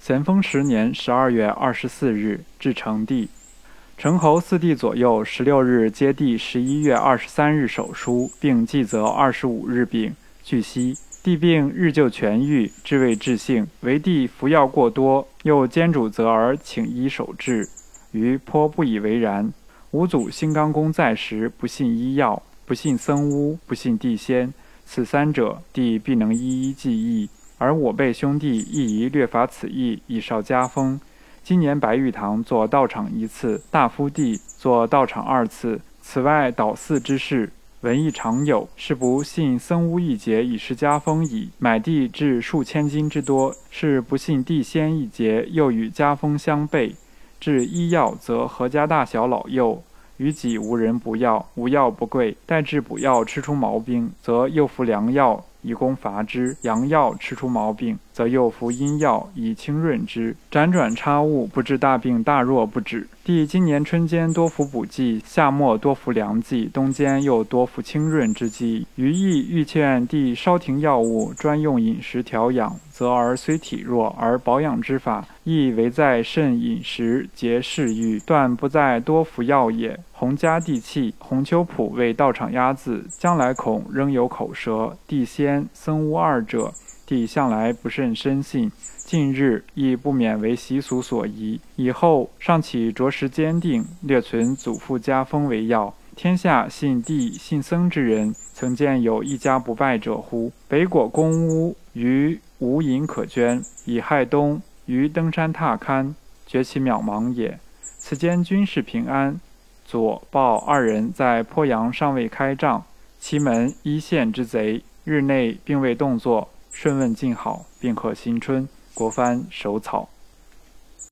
咸丰10年12月24日至成帝。成侯4帝左右16日接帝11月23日手书，并记则25日病。据悉，帝病日就痊愈，至未治性，为帝服药过多，又兼主责而请医守治，余颇不以为然。吾祖兴刚公在时，不信医药，不信僧巫，不信地仙，此三者，帝必能一一记忆。而我辈兄弟亦宜略发此意，以绍家风。今年白玉堂做道场1次，大夫第做道场2次，此外倒寺之事，文艺常有，是不信僧巫一节以示家风矣。买地至数千金之多，是不信地仙一节，又与家风相悖。至医药，则何家大小老幼，于己无人不药，无药不贵。待至补药吃出毛病，则又服良药以攻伐之；阳药吃出毛病，则又服阴药以清润之。辗转差误，不致大病大弱不止。帝今年春间多服补剂，夏末多服凉剂，冬间又多服清润之剂。余亦欲劝帝稍停药物，专用饮食调养，则儿虽体弱，而保养之法亦唯在慎饮食，节嗜欲，断不在多服药也。洪家地气，洪秋浦为道场押字，将来恐仍有口舌，地仙僧巫二者，帝向来不甚深信，近日亦不免为习俗所宜。以后尚且着实坚定，略存祖父家风为要。天下信帝信僧之人，曾见有一家不败者乎？北果公屋于无银可捐，以害东于登山踏勘，绝其渺茫也。此间军事平安，左鲍2人在鄱阳尚未开仗，其门一线之贼，日内并未动作。顺问静好，并贺新春。国藩手草。